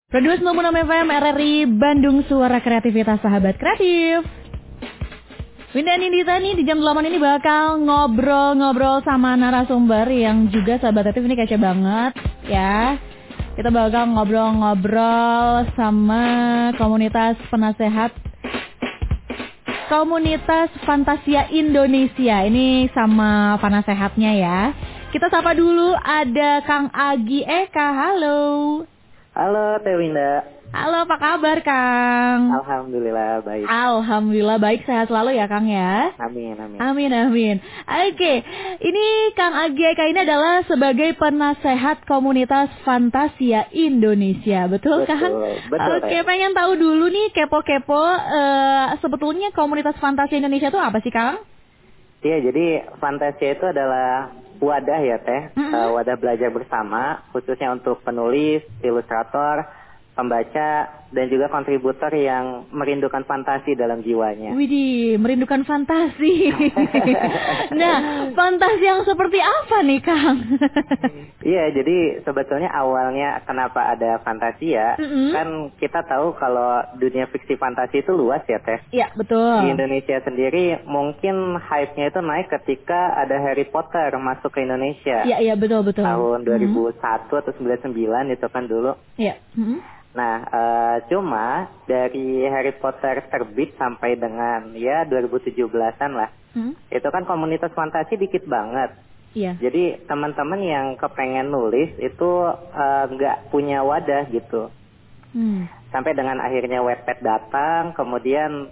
Produce 96 FM RRI Bandung, suara kreativitas sahabat kreatif. Winda Nindita nih di jam 8 ini bakal ngobrol-ngobrol sama narasumber yang juga sahabat kreatif ini kece banget ya. Kita bakal ngobrol-ngobrol sama komunitas penasehat Komunitas Fantasia Indonesia. Ini sama penasehatnya ya. Kita sapa dulu, ada Kang Agi Eka. Halo. Halo Teh Winda. Halo, apa kabar Kang? Alhamdulillah baik. Alhamdulillah baik, sehat selalu ya Kang ya. Amin. Amin. Oke, ini Kang Agi Eka ini adalah sebagai penasehat Komunitas Fantasia Indonesia, betul Kang? Betul. Oke, pengen tahu dulu nih kepo-kepo, sebetulnya Komunitas Fantasia Indonesia itu apa sih Kang? Iya, jadi Fantasia itu adalah wadah ya Teh, wadah belajar bersama khususnya untuk penulis, ilustrator, pembaca, dan juga kontributor yang merindukan fantasi dalam jiwanya. Widih, merindukan fantasi. Nah, fantasi yang seperti apa nih Kang? Iya, jadi sebetulnya awalnya kenapa ada Fantasia, kan kita tahu kalau dunia fiksi fantasi itu luas ya Teh. Iya, betul. Di Indonesia sendiri mungkin hype-nya itu naik ketika ada Harry Potter masuk ke Indonesia. Iya, betul. Tahun 2001 atau 99 itu kan dulu. Iya. Nah, cuma dari Harry Potter terbit sampai dengan ya 2017-an lah. Itu kan komunitas fantasi dikit banget. Iya. Jadi teman-teman yang kepengen nulis itu nggak punya wadah gitu. Sampai dengan akhirnya Wattpad datang, kemudian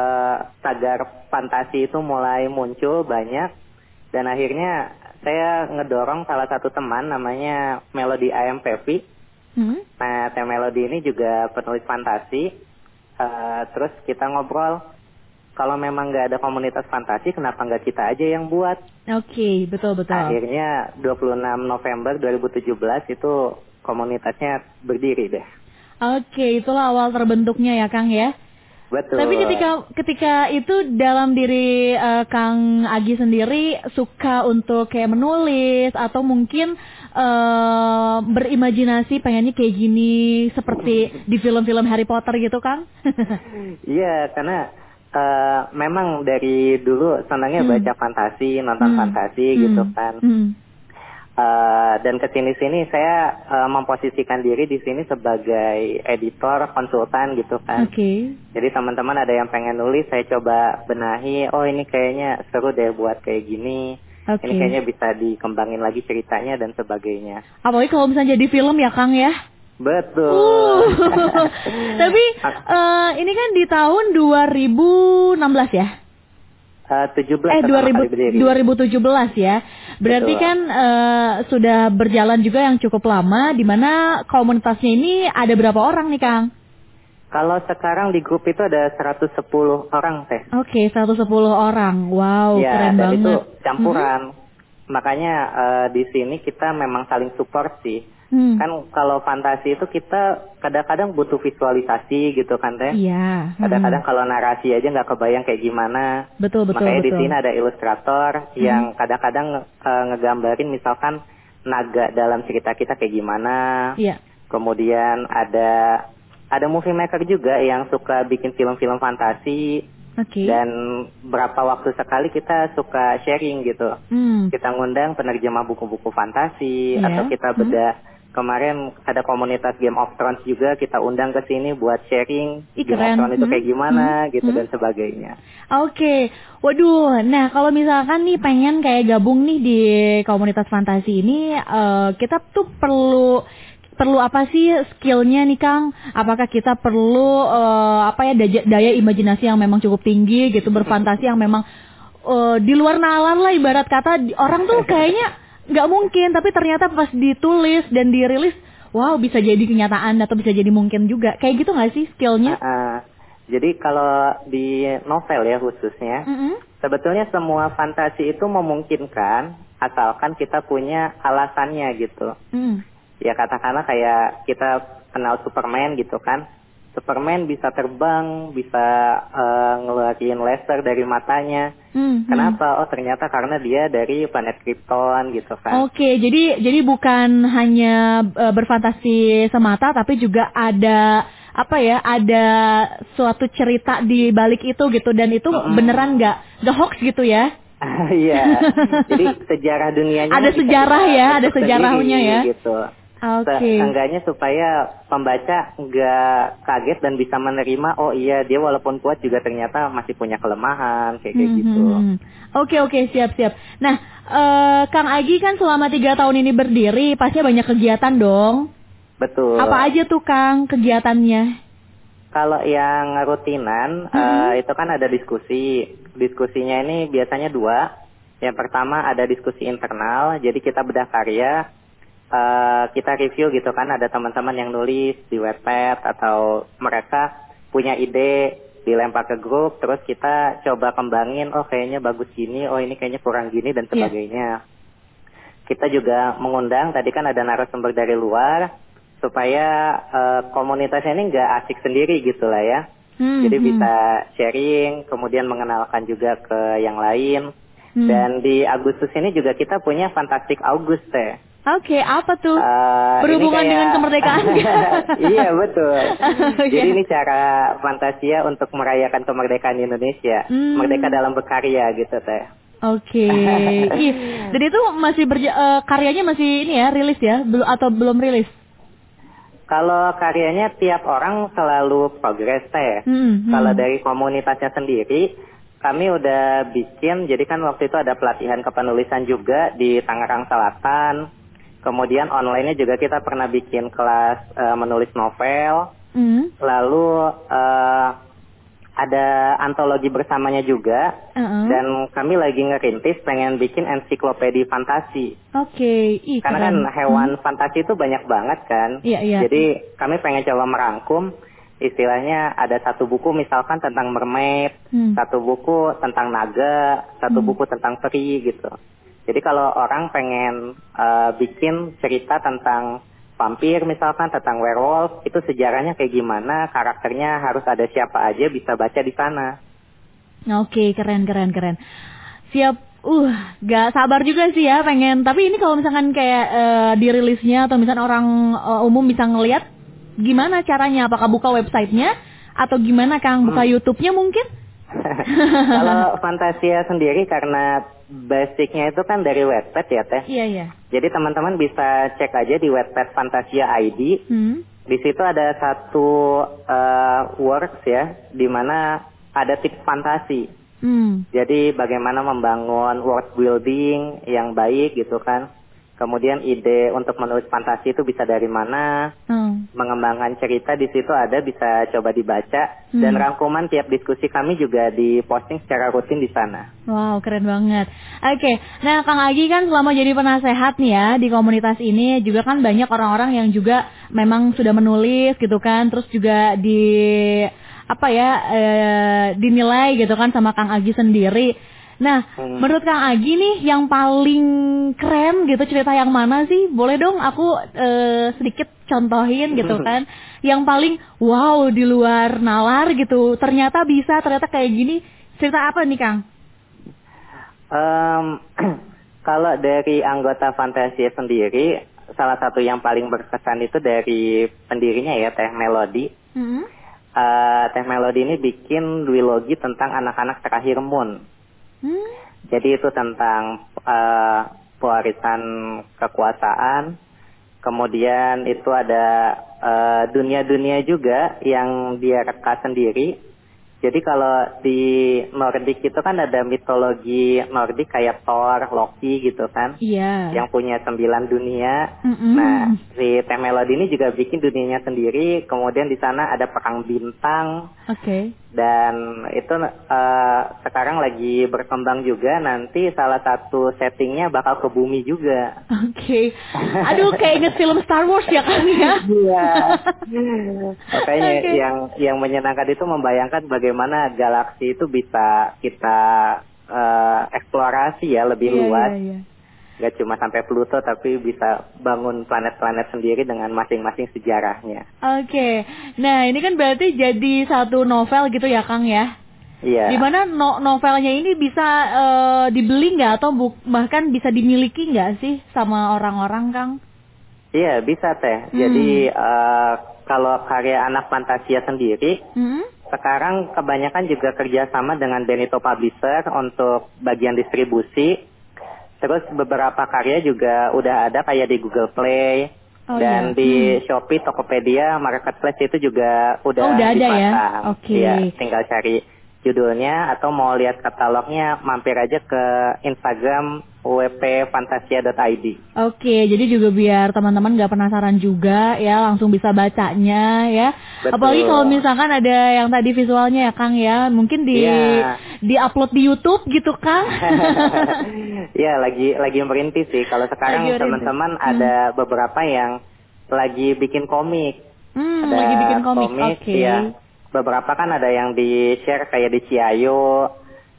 tagar fantasi itu mulai muncul banyak, dan akhirnya saya ngedorong salah satu teman namanya Melody AMPV. Nah, Teh Melody ini juga penulis fantasi. Terus kita ngobrol, kalau memang nggak ada komunitas fantasi, kenapa nggak kita aja yang buat? Oke, betul. Akhirnya 26 November 2017 itu komunitasnya berdiri deh. Oke, itulah awal terbentuknya ya Kang ya. Betul. Tapi ketika itu dalam diri Kang Agi sendiri suka untuk kayak menulis atau mungkin berimajinasi pengennya kayak gini seperti di film-film Harry Potter gitu Kang? Iya, karena memang dari dulu senangnya baca fantasi, nonton fantasi gitu kan. Dan kesini-sini saya memposisikan diri di sini sebagai editor, konsultan gitu kan. Oke. Jadi teman-teman ada yang pengen nulis, saya coba benahi. Oh, ini kayaknya seru deh buat kayak gini. Ini kayaknya bisa dikembangin lagi ceritanya dan sebagainya. Apalagi kalau misalnya jadi film ya Kang ya. Betul. Tapi ini kan di tahun 2016 ya? 2017 ya. Berarti betul. Kan sudah berjalan juga yang cukup lama, di mana komunitasnya ini ada berapa orang nih Kang? Kalau sekarang di grup itu ada 110 orang Teh. Oke, 110 orang. Wow, ya, keren banget. Itu campuran. Makanya di sini kita memang saling support sih. Kan kalau fantasi itu kita kadang-kadang butuh visualisasi gitu kan Teh. Iya. Kadang-kadang kalau narasi aja nggak kebayang kayak gimana. Betul. Makanya di sini ada ilustrator yang kadang-kadang ngegambarin misalkan naga dalam cerita kita kayak gimana. Iya. Kemudian ada movie maker juga yang suka bikin film-film fantasi. Oke. Dan berapa waktu sekali kita suka sharing gitu. Kita ngundang penerjemah buku-buku fantasi atau kita bedah. Kemarin ada komunitas Game of Thrones juga, kita undang ke sini buat sharing Game of Thrones itu kayak gimana gitu dan sebagainya. Oke. Waduh, nah kalau misalkan nih pengen kayak gabung nih di komunitas fantasi ini, kita tuh perlu apa sih skillnya nih Kang? Apakah kita perlu daya imajinasi yang memang cukup tinggi gitu, berfantasi yang memang di luar nalar lah ibarat kata, orang tuh kayaknya nggak mungkin, tapi ternyata pas ditulis dan dirilis, wow bisa jadi kenyataan atau bisa jadi mungkin juga. Kayak gitu nggak sih skillnya? Jadi kalau di novel ya khususnya, sebetulnya semua fantasi itu memungkinkan asalkan kita punya alasannya gitu. Ya katakanlah kayak kita kenal Superman gitu kan. Superman bisa terbang, bisa ngeluarin laser dari matanya. Kenapa? Oh ternyata karena dia dari planet Krypton gitu kan. Oke, jadi bukan hanya berfantasi semata, tapi juga ada ada suatu cerita di balik itu gitu, dan itu beneran nggak hoax gitu ya? Iya, jadi sejarah dunianya ada sejarah ya, ada sejarahnya ya. Gitu. Seenggaknya supaya pembaca nggak kaget dan bisa menerima, oh iya dia walaupun kuat juga ternyata masih punya kelemahan kayak gitu. Oke, siap. Nah, Kang Agi kan selama 3 tahun ini berdiri, pasti banyak kegiatan dong. Betul. Apa aja tuh Kang kegiatannya? Kalau yang rutinan, itu kan ada diskusi. Diskusinya ini biasanya 2. Yang pertama ada diskusi internal, jadi kita bedah karya, kita review gitu kan, ada teman-teman yang nulis di Wattpad atau mereka punya ide, dilempar ke grup, terus kita coba kembangin, oh kayaknya bagus gini, oh ini kayaknya kurang gini, dan sebagainya. Kita juga mengundang, tadi kan ada narasumber dari luar, supaya komunitasnya ini nggak asik sendiri gitu lah ya. Jadi bisa sharing, kemudian mengenalkan juga ke yang lain. Dan di Agustus ini juga kita punya Fantastic August teh. Oke, apa tuh? Berhubungan dengan kemerdekaan? Iya, betul. Jadi ini cara Fantasia untuk merayakan kemerdekaan Indonesia. Merdeka dalam berkarya gitu teh. Oke. Jadi itu masih karyanya masih ini ya, rilis ya? Atau belum rilis? Kalau karyanya tiap orang selalu progres teh. Kalau dari komunitasnya sendiri, kami udah bikin, jadi kan waktu itu ada pelatihan kepenulisan juga di Tangerang Selatan. Kemudian online-nya juga kita pernah bikin kelas menulis novel. Lalu ada antologi bersamanya juga. Dan kami lagi ngerintis pengen bikin ensiklopedia fantasi. Oke. Karena kan hewan fantasi itu banyak banget kan. Iya. Jadi kami pengen coba merangkum. Istilahnya ada satu buku misalkan tentang mermaid, satu buku tentang naga, satu buku tentang peri gitu. Jadi kalau orang pengen bikin cerita tentang vampir misalkan, tentang werewolf, itu sejarahnya kayak gimana, karakternya harus ada siapa aja, bisa baca di sana. Oke, keren. Siap. Gak sabar juga sih ya pengen. Tapi ini kalau misalkan kayak dirilisnya atau misalkan orang umum bisa ngelihat, gimana caranya? Apakah buka websitenya atau gimana Kang? Buka YouTube-nya mungkin? Kalau Fantasia sendiri karena basicnya itu kan dari Wattpad ya teh. Iya. Jadi teman-teman bisa cek aja di Wattpad Fantasia ID. Di situ ada satu works ya, di mana ada tips fantasi. Jadi bagaimana membangun world building yang baik gitu kan. Kemudian ide untuk menulis fantasi itu bisa dari mana, mengembangkan cerita di situ ada, bisa coba dibaca. Dan rangkuman tiap diskusi kami juga diposting secara rutin di sana. Wow, keren banget. Oke, nah Kang Agi kan selama jadi penasehat nih ya di komunitas ini, juga kan banyak orang-orang yang juga memang sudah menulis gitu kan, terus juga dinilai gitu kan sama Kang Agi sendiri. Nah, menurut Kang Agi nih yang paling keren gitu, cerita yang mana sih? Boleh dong aku sedikit contohin gitu kan. Yang paling wow, di luar nalar gitu. Ternyata kayak gini. Cerita apa nih Kang? Kalau dari anggota Fantasia sendiri, salah satu yang paling berkesan itu dari pendirinya ya, Teh Melody. Teh Melody ini bikin duologi tentang anak-anak terakhir Moon. Jadi itu tentang pewarisan kekuasaan, kemudian itu ada dunia-dunia juga yang dia reka sendiri. Jadi kalau di Nordik itu kan ada mitologi Nordik kayak Thor, Loki gitu kan, yang punya 9 dunia. Nah, si Teh Melody ini juga bikin dunianya sendiri. Kemudian di sana ada perang bintang. Dan itu sekarang lagi berkembang juga. Nanti salah satu settingnya bakal ke bumi juga. Aduh, kayak inget film Star Wars ya kan ya? Iya. Makanya yang menyenangkan itu membayangkan bagaimana galaksi itu bisa kita eksplorasi ya lebih luas. Nggak cuma sampai Pluto, tapi bisa bangun planet-planet sendiri dengan masing-masing sejarahnya. Oke. Nah, ini kan berarti jadi satu novel gitu ya, Kang ya? Iya. Dimana novelnya ini bisa dibeli nggak atau bahkan bisa dimiliki nggak sih sama orang-orang, Kang? Iya, bisa Teh. Jadi kalau karya anak Fantasia sendiri, sekarang kebanyakan juga kerjasama dengan Benito Publisher untuk bagian distribusi. Terus beberapa karya juga udah ada kayak di Google Play dan di Shopee, Tokopedia, Marketplace itu juga udah ada dipasang. Ya? Oke. Ya, tinggal cari judulnya atau mau lihat katalognya mampir aja ke Instagram wpfantasia.id. Oke, jadi juga biar teman-teman nggak penasaran juga ya, langsung bisa bacanya ya. Betul. Apalagi kalau misalkan ada yang tadi visualnya ya, Kang ya, mungkin di-upload di YouTube gitu, Kang. Ya, lagi merintis sih. Kalau sekarang teman-teman ada beberapa yang lagi bikin komik. Ada lagi bikin komik. Oke. Ya. Beberapa kan ada yang di-share kayak di Ciayo,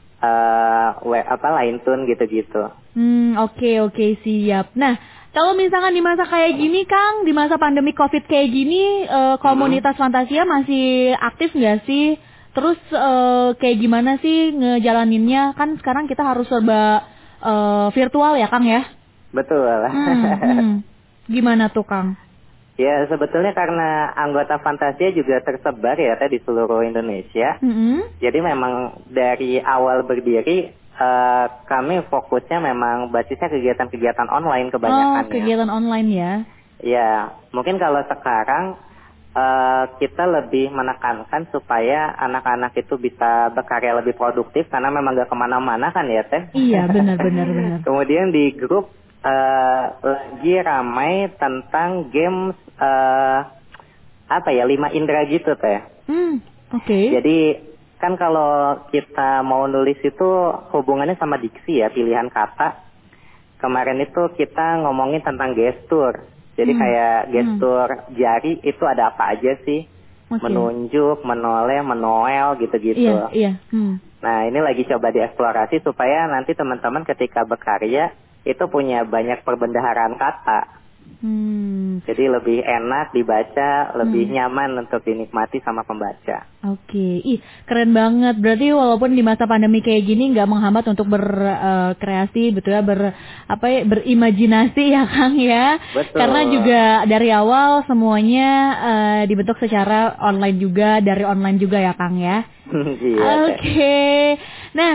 Laintun gitu-gitu. Oke, siap. Nah, kalau misalkan di masa kayak gini, Kang, di masa pandemi COVID kayak gini, komunitas Fantasia masih aktif nggak sih? Terus kayak gimana sih ngejalaninnya? Kan sekarang kita harus serba virtual ya, Kang ya? Betul. Gimana tuh, Kang? Ya, sebetulnya karena anggota Fantasia juga tersebar ya di seluruh Indonesia. Jadi memang dari awal berdiri kami fokusnya memang basisnya kegiatan-kegiatan online kebanyakan. Kegiatan online ya? Ya, mungkin kalau sekarang kita lebih menekankan supaya anak-anak itu bisa berkarya lebih produktif karena memang nggak kemana-mana kan ya Teh? Iya, benar. Kemudian di grup lagi ramai tentang games 5 indera gitu Teh. Oke. Jadi kan kalau kita mau nulis itu hubungannya sama diksi ya, pilihan kata. Kemarin itu kita ngomongin tentang gestur. Jadi kayak gestur jari itu ada apa aja sih? Menunjuk, menoleh, menoel gitu-gitu. Iya. Nah, ini lagi coba dieksplorasi supaya nanti teman-teman ketika berkarya itu punya banyak perbendaharaan kata. Jadi lebih enak dibaca, lebih nyaman untuk dinikmati sama pembaca. Oke, keren banget. Berarti walaupun di masa pandemi kayak gini nggak menghambat untuk berkreasi, betul ya, berimajinasi ya, Kang ya. Betul. Karena juga dari awal semuanya dibentuk secara online juga, dari online juga ya, Kang ya. Iya. Oke. Nah,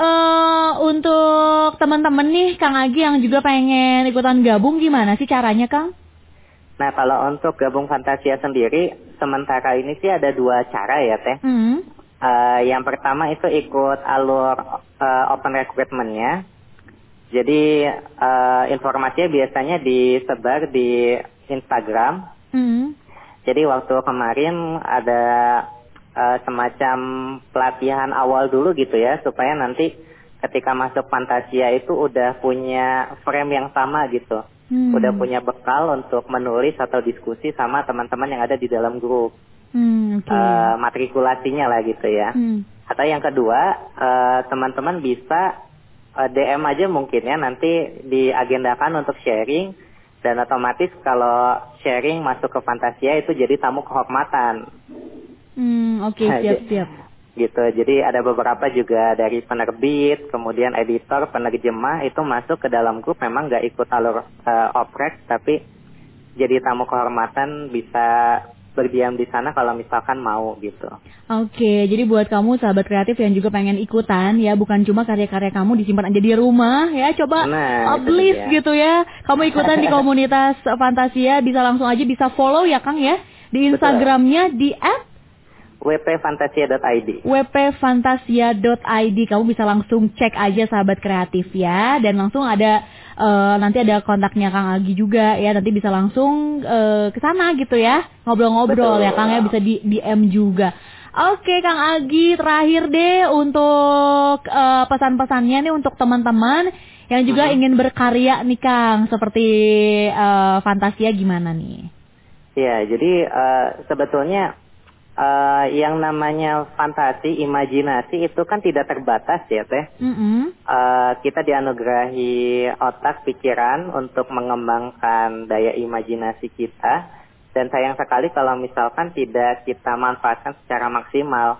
untuk teman-teman nih, Kang Agi yang juga pengen ikutan gabung, gimana sih caranya, Kang? Nah, kalau untuk gabung Fantasia sendiri, sementara ini sih ada 2 cara ya, Teh. Yang pertama itu ikut alur open recruitment-nya. Jadi, informasinya biasanya disebar di Instagram. Jadi, waktu kemarin ada semacam pelatihan awal dulu gitu ya, supaya nanti ketika masuk Fantasia itu udah punya frame yang sama gitu. Udah punya bekal untuk menulis atau diskusi sama teman-teman yang ada di dalam grup. Matrikulasinya lah gitu ya. Atau yang kedua, teman-teman bisa DM aja mungkin ya, nanti diagendakan untuk sharing. Dan otomatis kalau sharing masuk ke Fantasia itu jadi tamu kehormatan. Siap. Gitu, jadi ada beberapa juga dari penerbit, kemudian editor, penerjemah itu masuk ke dalam grup, memang nggak ikut alur oprek, tapi jadi tamu kehormatan, bisa berdiam di sana kalau misalkan mau gitu. Oke, jadi buat kamu sahabat kreatif yang juga pengen ikutan ya, bukan cuma karya-karya kamu disimpan aja di rumah ya, coba uplift gitu ya. Kamu ikutan di komunitas Fantasia, bisa langsung aja bisa follow ya, Kang ya, di Instagramnya di wpfantasia.id. wpfantasia.id. Kamu bisa langsung cek aja sahabat kreatif ya, dan langsung ada nanti ada kontaknya Kang Agi juga ya, nanti bisa langsung ke sana gitu ya, ngobrol-ngobrol ya Kang ya, bisa di DM juga. Oke Kang Agi, terakhir deh untuk pesan-pesannya nih untuk teman-teman yang juga ingin berkarya nih Kang, seperti Fantasia, gimana nih? Ya, jadi sebetulnya Yang namanya fantasi, imajinasi itu kan tidak terbatas ya Teh. Kita dianugerahi otak, pikiran untuk mengembangkan daya imajinasi kita. Dan sayang sekali kalau misalkan tidak kita manfaatkan secara maksimal.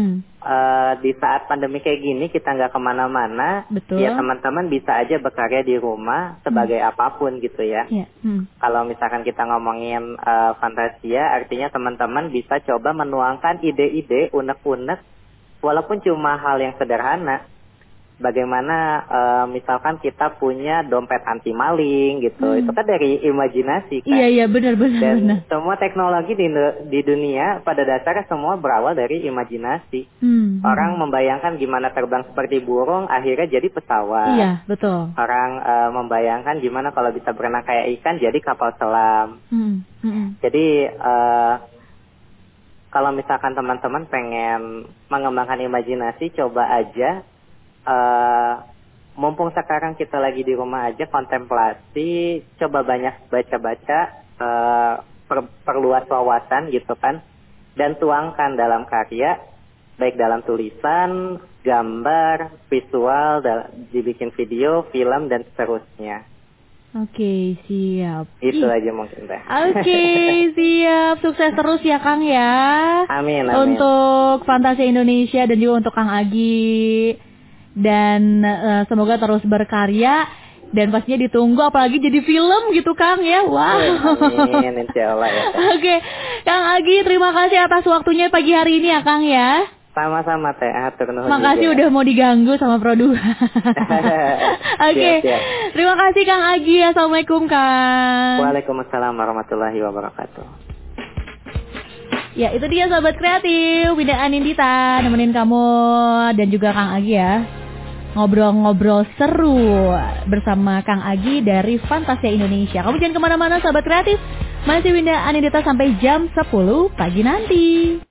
Di saat pandemi kayak gini kita nggak kemana-mana, ya teman-teman bisa aja berkarya di rumah sebagai apapun gitu ya. Kalau misalkan kita ngomongin fantasia, artinya teman-teman bisa coba menuangkan ide-ide, unek-unek, walaupun cuma hal yang sederhana. Bagaimana misalkan kita punya dompet anti maling gitu, itu kan dari imajinasi kan. Iya benar. Dan semua teknologi di dunia pada dasarnya semua berawal dari imajinasi. Orang membayangkan gimana terbang seperti burung, akhirnya jadi pesawat. Iya betul. Orang membayangkan gimana kalau bisa berenang kayak ikan, jadi kapal selam. Jadi kalau misalkan teman-teman pengen mengembangkan imajinasi, coba aja. Mumpung sekarang kita lagi di rumah aja, kontemplasi, coba banyak baca-baca, perluas wawasan gitu kan, dan tuangkan dalam karya, baik dalam tulisan, gambar, visual, dibikin video, film, dan seterusnya. Oke, siap. Itu aja mungkin Teh. Oke, siap. Sukses terus ya Kang ya. Amin. Untuk Fantasi Indonesia dan juga untuk Kang Agi. Dan semoga terus berkarya dan pastinya ditunggu apalagi jadi film gitu Kang ya. Wow. Amin, insyaallah ya. Oke, Kang Agi terima kasih atas waktunya pagi hari ini ya Kang ya. Sama-sama Teh, atur nuhun. Makasih udah mau diganggu sama Pro2. Oke. Terima kasih Kang Agi. Assalamualaikum Kang. Waalaikumsalam warahmatullahi wabarakatuh. Ya itu dia Sobat Kreatif, Winda Anindita nemenin kamu dan juga Kang Agi ya. Ngobrol-ngobrol seru bersama Kang Agi dari Fantasia Indonesia. Kamu jangan kemana-mana Sobat Kreatif. Masih Winda Anindita sampai jam 10 pagi nanti.